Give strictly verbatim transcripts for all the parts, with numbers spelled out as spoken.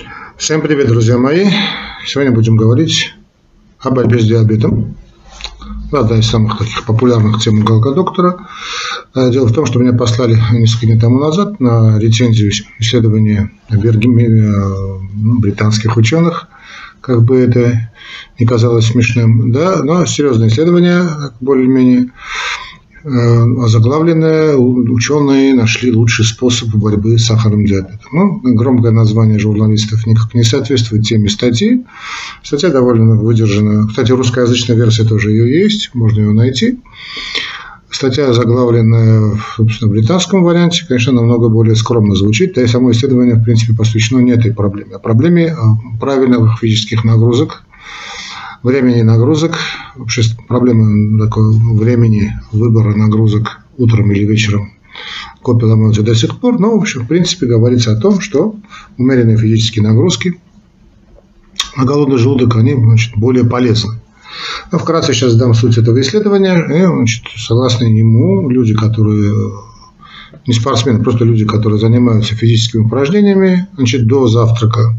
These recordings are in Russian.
Всем привет, друзья мои! Сегодня будем говорить о борьбе с диабетом. Одна из самых таких популярных тем Галгадоктора. Дело в том, что меня послали несколько дней тому назад на рецензию исследования британских ученых. Как бы это ни казалось смешным, да, но серьезное исследование, более-менее озаглавленное, ученые нашли лучший способ борьбы с сахарным диабетом. Ну, громкое название журналистов никак не соответствует теме статьи. Статья довольно выдержана. Кстати, русскоязычная версия тоже ее есть, можно ее найти. Статья озаглавленная, собственно, в британском варианте, конечно, намного более скромно звучит, да и само исследование, в принципе, посвящено не этой проблеме, а проблеме правильных физических нагрузок, времени нагрузок, вообще проблема такой времени выбора нагрузок утром или вечером копия ломаются до сих пор, но, в общем, в принципе, говорится о том, что умеренные физические нагрузки на голодный желудок, они, значит, более полезны. Но вкратце сейчас дам суть этого исследования, и, значит, согласно ему, люди, которые, не спортсмены, просто люди, которые занимаются физическими упражнениями, значит, до завтрака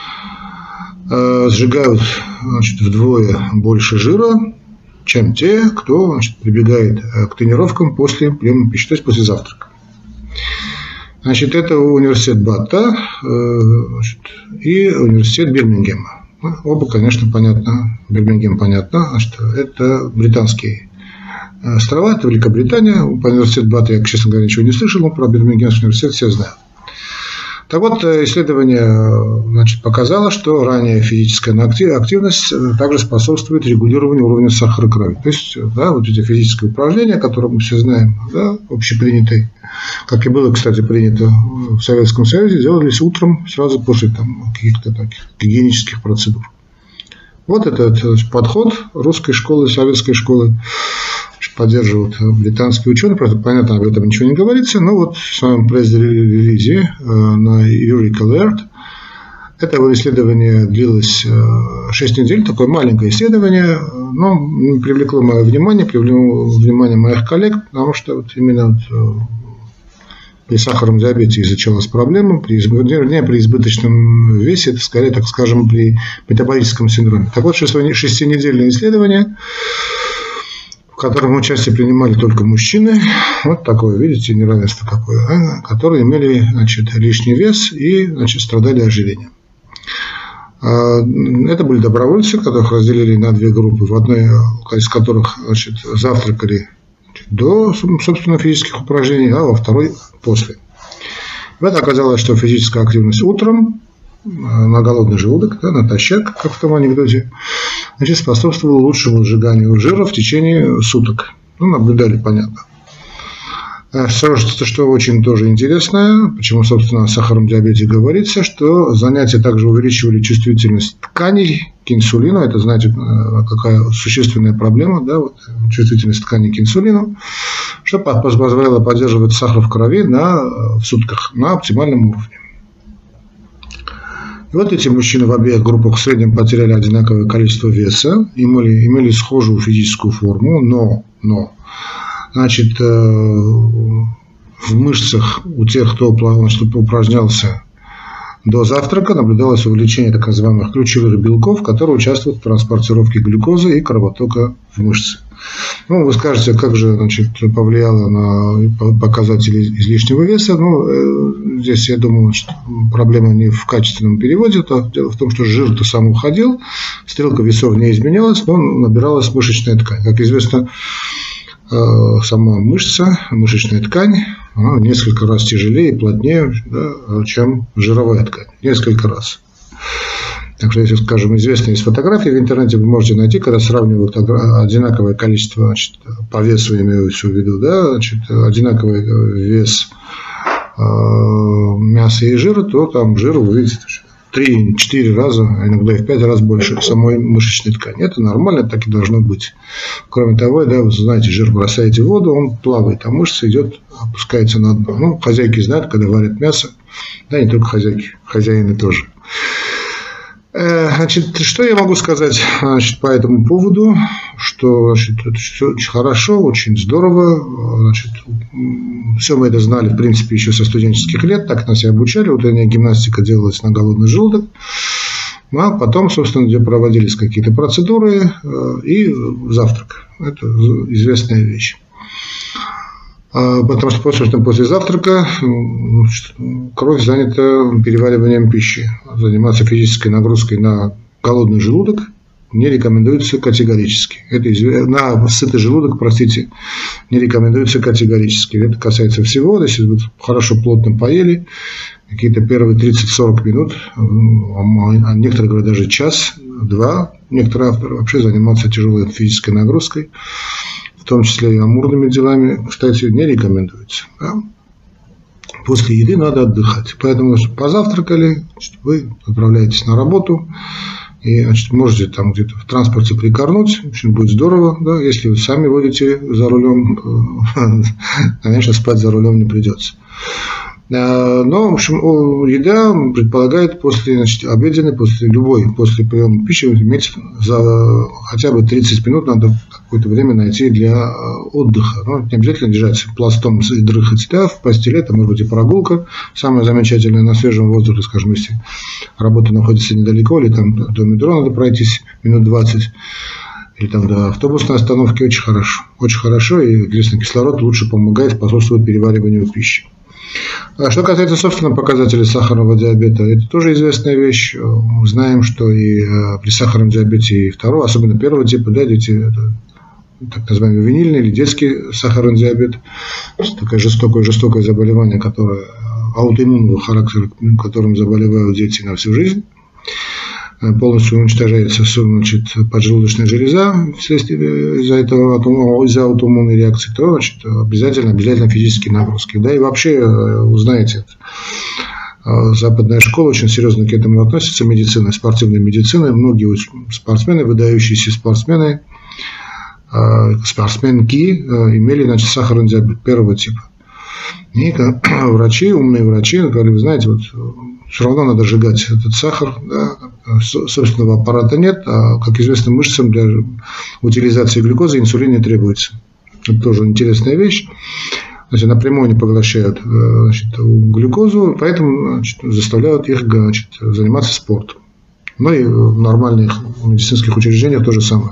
сжигают, значит, вдвое больше жира, чем те, кто, значит, прибегает к тренировкам после приема пищи, то есть после завтрака. Значит, это университет Батта, значит, и университет Бирмингема. Оба, конечно, понятно, Бирмингем понятно, что это британские острова, это Великобритания. По университету Батта я, честно говоря, ничего не слышал, но про Бирмингемский университет все знают. Так вот, исследование, значит, показало, что ранняя физическая активность также способствует регулированию уровня сахара крови. То есть, да, вот эти физические упражнения, которые мы все знаем, да, общепринятые, как и было, кстати, принято в Советском Союзе, делались утром сразу после там каких-то таких гигиенических процедур. Вот этот подход русской школы, советской школы поддерживают британские ученые, просто понятно, об этом ничего не говорится, но вот в своем пресс-релизе на Eureka Alert это исследование длилось шесть недель, такое маленькое исследование, но привлекло мое внимание, привлекло внимание моих коллег, потому что вот именно вот при сахарном диабете изучалась проблема, при, вернее, при избыточном весе, это скорее, так скажем, при метаболическом синдроме. Так вот, шестинедельное исследование, в котором участие принимали только мужчины, вот такое, видите, неравенство какое, да, которые имели, значит, лишний вес и, значит, страдали ожирением. Это были добровольцы, которых разделили на две группы, в одной из которых, значит, завтракали до, собственно, физических упражнений, а во второй после. В этом оказалось, что физическая активность утром на голодный желудок, да, натощак, как в том анекдоте, значит, способствовало лучшему сжиганию жира в течение суток. Ну, наблюдали, понятно. Что, что очень тоже интересно, почему, собственно, о сахарном диабете говорится, что занятия также увеличивали чувствительность тканей к инсулину. Это, знаете, какая существенная проблема, да, вот, чувствительность тканей к инсулину, что позволяло поддерживать сахар в крови на, в сутках на оптимальном уровне. И вот эти мужчины в обеих группах в среднем потеряли одинаковое количество веса, имели, имели схожую физическую форму, но, но значит, в мышцах у тех, кто упражнялся до завтрака, наблюдалось увеличение так называемых ключевых белков, которые участвуют в транспортировке глюкозы и кровотока в мышцы. Ну, вы скажете, как же, значит, повлияло на показатели излишнего веса. Ну, здесь, я думаю, что проблема не в качественном переводе. То дело в том, что жир-то сам уходил, стрелка весов не изменялась, но набиралась мышечная ткань. Как известно, сама мышца, мышечная ткань, она несколько раз тяжелее и плотнее, да, чем жировая ткань. Несколько раз. Так что, если, скажем, известные из фотографий в интернете вы можете найти, когда сравнивают одинаковое количество, значит, по весу, я имею в виду, да, значит, одинаковый вес э, мяса и жира, то там жира вы видите три-четыре раза, а иногда и в пять раз больше самой мышечной ткани. Это нормально, так и должно быть. Кроме того, да, вы знаете, жир бросаете в воду, он плавает, а мышца идет, опускается на дно. Ну, хозяйки знают, когда варят мясо, да, не только хозяйки, хозяины тоже. Значит, что я могу сказать, значит, по этому поводу, что, значит, это все очень хорошо, очень здорово, значит, все мы это знали, в принципе, еще со студенческих лет, так нас и обучали, утренняя гимнастика делалась на голодный желудок, а потом, собственно, где проводились какие-то процедуры и завтрак, это известная вещь. Потому что после, после завтрака кровь занята перевариванием пищи. Заниматься физической нагрузкой на голодный желудок не рекомендуется категорически. Это на сытый желудок, простите, не рекомендуется категорически. Это касается всего. Если вы хорошо плотно поели, какие-то первые тридцать-сорок минут, а некоторые говорят даже час-два, некоторые авторы вообще заниматься тяжелой физической нагрузкой, в том числе и амурными делами, кстати, не рекомендуется. Да? После еды надо отдыхать. Поэтому, позавтракали, значит, вы отправляетесь на работу и, значит, можете там где-то в транспорте прикорнуть. Очень будет здорово. Да? Если вы сами водите за рулем, конечно, спать за рулем не придется. Но, в общем, еда предполагает после, значит, обеденной, после любой, после приема пищи иметь за хотя бы тридцать минут, надо какое-то время найти для отдыха. Ну, не обязательно лежать пластом и дрыхать, да, в постели, это может быть и прогулка. Самое замечательное на свежем воздухе, скажем, если работа находится недалеко, или там до метро надо пройтись минут двадцать, или там до автобусной остановки, очень хорошо. Очень хорошо, и, естественно, кислород лучше помогает, способствует перевариванию пищи. Что касается, собственно, показателей сахарного диабета, это тоже известная вещь. Мы знаем, что и при сахарном диабете и второго, особенно первого типа, да, дети, это так называемый винильный или детский сахарный диабет, такое жестокое, жестокое заболевание, которое аутоиммунного характера, которым заболевают дети на всю жизнь. Полностью уничтожается, значит, поджелудочная железа вследствие из-за этого, из-за аутоиммунной реакции, то, значит, обязательно, обязательно физические нагрузки. Да, и вообще, знаете, западная школа очень серьезно к этому относится, медицина, спортивная медицина. Многие спортсмены, выдающиеся спортсмены, спортсменки имели, значит, сахарный диабет первого типа. И врачи, умные врачи говорили, вы знаете, вот все равно надо сжигать этот сахар, да, собственного аппарата нет, а, как известно, мышцам для утилизации глюкозы инсулин не требуется. Это тоже интересная вещь. Значит, напрямую они поглощают, значит, глюкозу, поэтому, значит, заставляют их, значит, заниматься спортом. Ну и в нормальных медицинских учреждениях то же самое.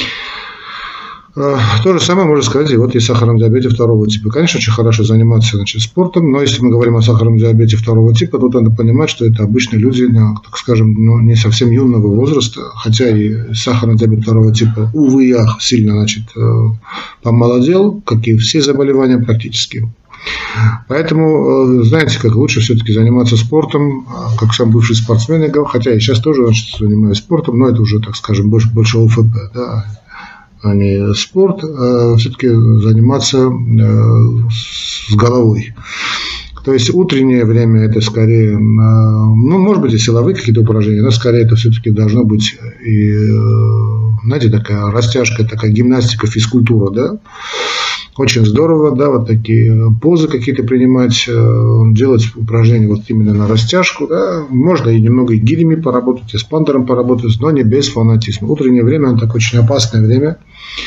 То же самое можно сказать и вот и сахарном диабете второго типа. Конечно, очень хорошо заниматься, значит, спортом, но если мы говорим о сахарном диабете второго типа, то надо понимать, что это обычные люди, так скажем, ну, не совсем юного возраста, хотя и сахарный диабет второго типа, увы и ах, сильно, значит, помолодел, как и все заболевания практически. Поэтому, знаете, как лучше все-таки заниматься спортом, как сам бывший спортсмен, хотя я сейчас тоже, значит, занимаюсь спортом, но это уже, так скажем, больше, больше ОФП, да, а не спорт, а все-таки заниматься с головой. То есть утреннее время это скорее, ну, может быть, и силовые какие-то упражнения, но скорее это все-таки должно быть и, знаете, такая растяжка, такая гимнастика, физкультура, да. Очень здорово, да, вот такие позы какие-то принимать, делать упражнения вот именно на растяжку, да. Можно и немного и гирями поработать, и с пандером поработать, но не без фанатизма. Утреннее время, оно такое очень опасное время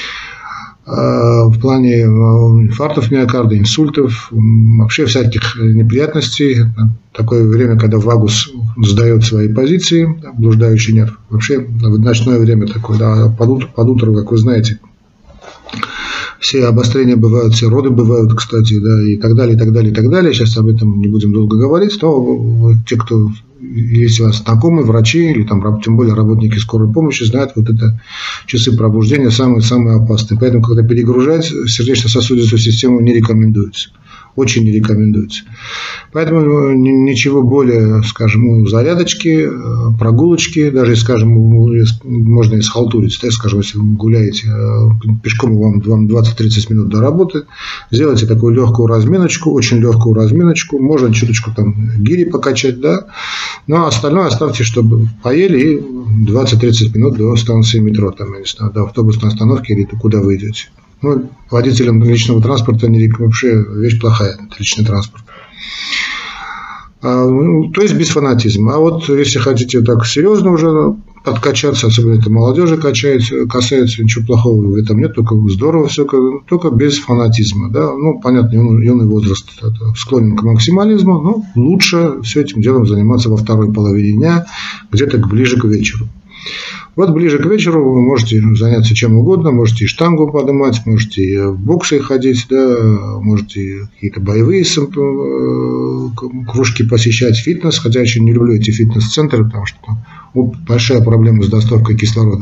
в плане инфарктов миокарда, инсультов, вообще всяких неприятностей. Такое время, когда вагус сдает свои позиции, блуждающий нерв. Вообще в ночное время такое, да, под утро, под утро, как вы знаете, все обострения бывают, все роды бывают, кстати, да, и так далее, и так далее, и так далее. Сейчас об этом не будем долго говорить, но те, кто, если у вас знакомые, врачи, или там, тем более работники скорой помощи, знают, вот это часы пробуждения самые-самые опасные. Поэтому, когда перегружать, сердечно-сосудистую систему не рекомендуется. Очень не рекомендуется. Поэтому ничего более, скажем, зарядочки, прогулочки, даже, скажем, можно и схалтурить, да, скажем, если вы гуляете пешком, вам, вам двадцать-тридцать минут до работы, сделайте такую легкую разминочку, очень легкую разминочку, можно чуточку там гири покачать, да, но остальное оставьте, чтобы поели, и двадцать-тридцать минут до станции метро, там, я не знаю, до автобусной остановки или куда вы идете. Ну, водителям личного транспорта не, вообще вещь плохая, личный транспорт. То есть без фанатизма. А вот если хотите так серьезно уже подкачаться, особенно это молодежи качается, касается, ничего плохого в этом нет, только здорово все, только без фанатизма. Да? Ну, понятно, юный, юный возраст склонен к максимализму, но лучше все этим делом заниматься во второй половине дня, где-то ближе к вечеру. Вот ближе к вечеру вы можете заняться чем угодно, можете и штангу поднимать, можете и в боксы ходить, да, можете какие-то боевые кружки посещать, фитнес, хотя я очень не люблю эти фитнес-центры, потому что там большая проблема с доставкой кислорода.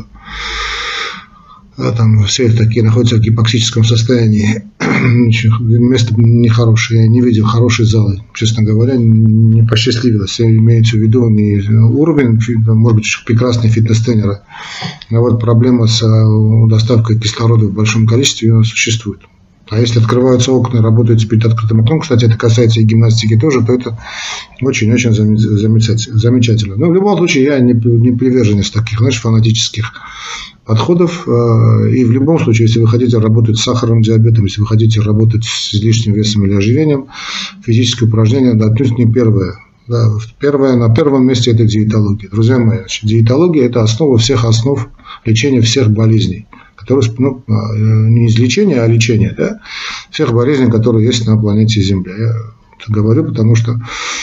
Там все такие находятся в гипоксическом состоянии. Место нехорошее. Я не видел хорошие залы, честно говоря, не посчастливилось. Имеется в виду не уровень, может быть, прекрасные фитнес-тренеры. А вот проблема с доставкой кислорода в большом количестве существует. А если открываются окна, работают перед открытым окном, кстати, это касается и гимнастики тоже, то это очень-очень замечательно. Но в любом случае я не приверженец таких, знаешь, фанатических подходов. И в любом случае, если вы хотите работать с сахарным диабетом, если вы хотите работать с излишним весом или ожирением, физические упражнения, да, отнюдь не первое. Да, первое, на первом месте это диетология. Друзья мои, значит, диетология – это основа всех основ лечения всех болезней. Которые, ну, не излечение, а лечение, да, всех болезней, которые есть на планете Земля. Я это говорю, потому что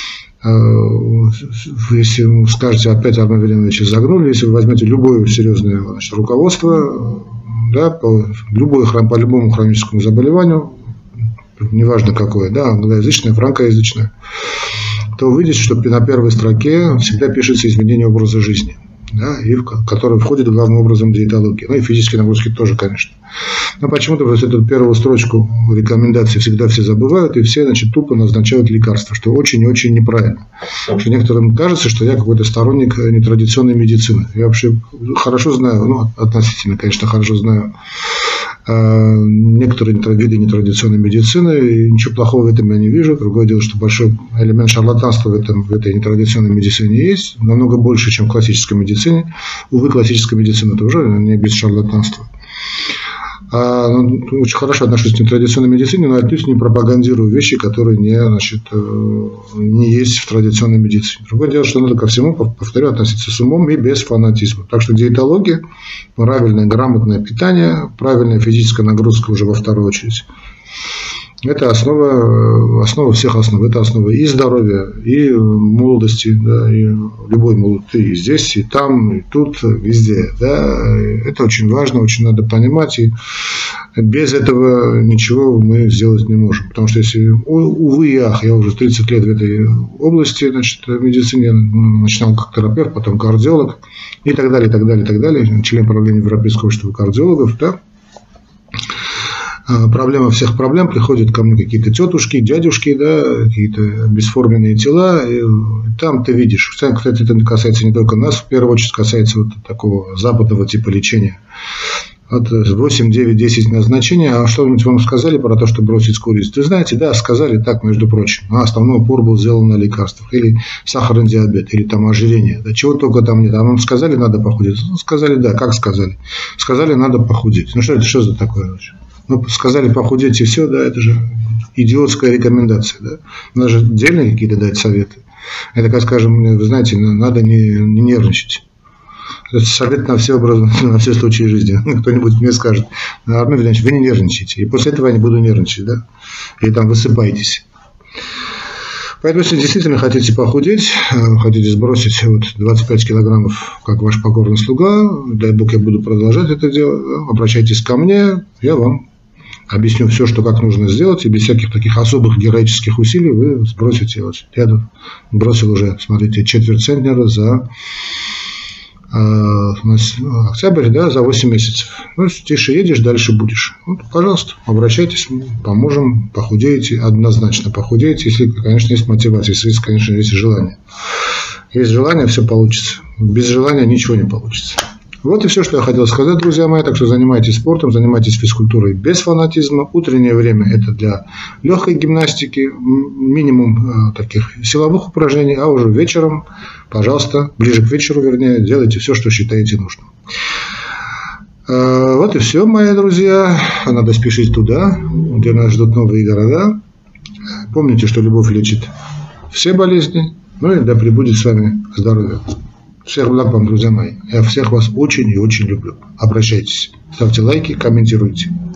э, если вы скажете, опять Армен Веленович загнули, если вы возьмете любое серьезное, значит, руководство, да, по, любое, по любому хроническому заболеванию, неважно какое, да, англоязычное, франкоязычное, то увидите, что на первой строке всегда пишется изменение образа жизни. Да, и в который входит главным образом диетология. Ну и физические нагрузки тоже, конечно. Но почему-то вот эту первую строчку рекомендаций всегда все забывают, и все, значит, тупо назначают лекарства, что очень и очень неправильно. Потому что некоторым кажется, что я какой-то сторонник нетрадиционной медицины. Я вообще хорошо знаю, ну, относительно, конечно, хорошо знаю некоторые виды нетрадиционной медицины, и ничего плохого в этом я не вижу. Другое дело, что большой элемент шарлатанства в, этом, в этой нетрадиционной медицине есть, намного больше, чем в классической медицине. Увы, классическая медицина тоже не без шарлатанства. А, ну, очень хорошо отношусь к нетрадиционной медицине, но отнюдь не пропагандирую вещи, которые не, значит, не есть в традиционной медицине. Другое дело, что надо ко всему, повторю, относиться с умом и без фанатизма. Так что диетология, правильное, грамотное питание, правильная физическая нагрузка уже во вторую очередь. Это основа, основа всех основ. Это основа и здоровья, и молодости, да, и любой молодости, и здесь, и там, и тут, везде. Да. Это очень важно, очень надо понимать. И без этого ничего мы сделать не можем. Потому что если, увы и ах, я уже тридцать лет в этой области, значит, в медицине, начинал как терапевт, потом кардиолог, и так далее, и так далее, и так далее, член правления Европейского общества кардиологов, да. Проблема всех проблем, приходят ко мне какие-то тетушки, дядюшки, да, какие-то бесформенные тела, и там ты видишь. Кстати, это касается не только нас, в первую очередь касается вот такого западного типа лечения. Вот восемь, девять, десять назначений, а что-нибудь вам сказали про то, что бросить курить? Вы знаете, да, сказали так, между прочим, а основной упор был сделан на лекарствах, или сахарный диабет, или там ожирение, да, чего только там нет. А вам сказали, надо похудеть? Ну, сказали, да, как сказали? Сказали, надо похудеть. Ну, что это, что за такое вообще? Ну, сказали похудеть и все, да, это же идиотская рекомендация, да. Надо же отдельные какие-то дать советы. Это, как скажем, вы знаете, надо не, не нервничать. Это совет на все образы, на все случаи жизни. Кто-нибудь мне скажет, Армен Веленович, вы не нервничайте. И после этого я не буду нервничать, да. Или там высыпаетесь. Поэтому, если действительно хотите похудеть, хотите сбросить вот двадцать пять килограммов, как ваш покорный слуга, дай Бог, я буду продолжать это дело, обращайтесь ко мне, я вам объясню все, что как нужно сделать, и без всяких таких особых героических усилий вы сбросите. Вот я бросил уже, смотрите, четверть центнера за э, октябрь, да, за восемь месяцев. Ну, тише едешь, дальше будешь. Вот, пожалуйста, обращайтесь, поможем, похудеете, однозначно похудеете, если, конечно, есть мотивация, если, конечно, есть желание. Есть желание, все получится. Без желания ничего не получится. Вот и все, что я хотел сказать, друзья мои. Так что занимайтесь спортом, занимайтесь физкультурой без фанатизма. Утреннее время – это для легкой гимнастики, минимум э, таких силовых упражнений, а уже вечером, пожалуйста, ближе к вечеру, вернее, делайте все, что считаете нужным. Э, вот и все, мои друзья. Надо спешить туда, где нас ждут новые города. Помните, что любовь лечит все болезни, ну и да пребудет с вами здоровье. Всех благ вам, друзья мои. Я всех вас очень и очень люблю. Обращайтесь, ставьте лайки, комментируйте.